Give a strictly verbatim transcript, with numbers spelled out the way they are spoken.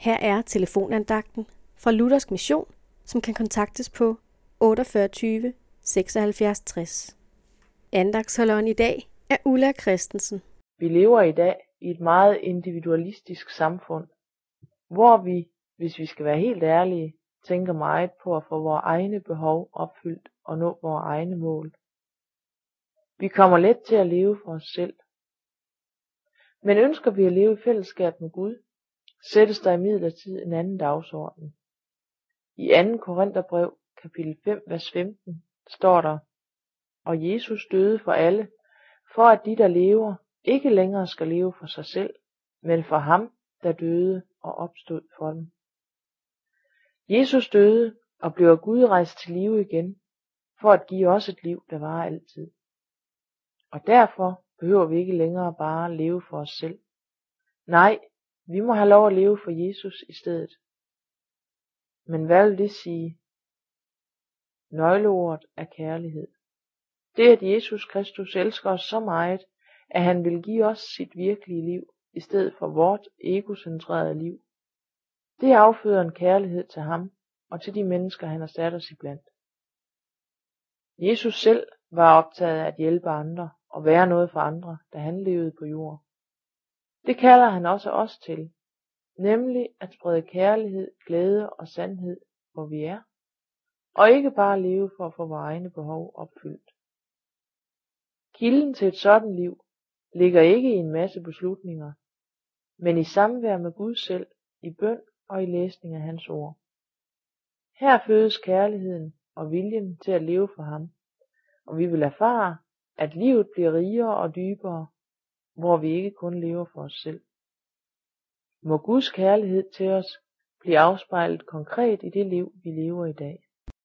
Her er telefonandagten fra Luthersk Mission, som kan kontaktes på otteogfyrre tyve seksoghalvfjerds tres. Andagtsholderen i dag er Ulla Christensen. Vi lever i dag i et meget individualistisk samfund, hvor vi, hvis vi skal være helt ærlige, tænker meget på at få vores egne behov opfyldt og nå vores egne mål. Vi kommer let til at leve for os selv. Men ønsker vi at leve i fællesskab med Gud, sættes der imidlertid en anden dagsorden. I anden Korintherbrev, kapitel fem, vers femten, står der: Og Jesus døde for alle, for at de, der lever, ikke længere skal leve for sig selv, men for ham, der døde og opstod for dem. Jesus døde og blev af Gud rejst til live igen, for at give os et liv, der varer altid. Og derfor behøver vi ikke længere bare leve for os selv. Nej, vi må have lov at leve for Jesus i stedet. Men hvad vil det sige? Nøgleordet er kærlighed. Det, at Jesus Kristus elsker os så meget, at han vil give os sit virkelige liv, i stedet for vort egocentrerede liv. Det afføder en kærlighed til ham og til de mennesker, han har sat os iblandt. Jesus selv var optaget af at hjælpe andre og være noget for andre, da han levede på jorden. Det kalder han også os til, nemlig at sprede kærlighed, glæde og sandhed, hvor vi er, og ikke bare leve for at få vores egne behov opfyldt. Kilden til et sådan liv ligger ikke i en masse beslutninger, men i samvær med Gud selv, i bøn og i læsning af hans ord. Her fødes kærligheden og viljen til at leve for ham, og vi vil erfare, at livet bliver rigere og dybere, hvor vi ikke kun lever for os selv. Må Guds kærlighed til os blive afspejlet konkret i det liv, vi lever i dag.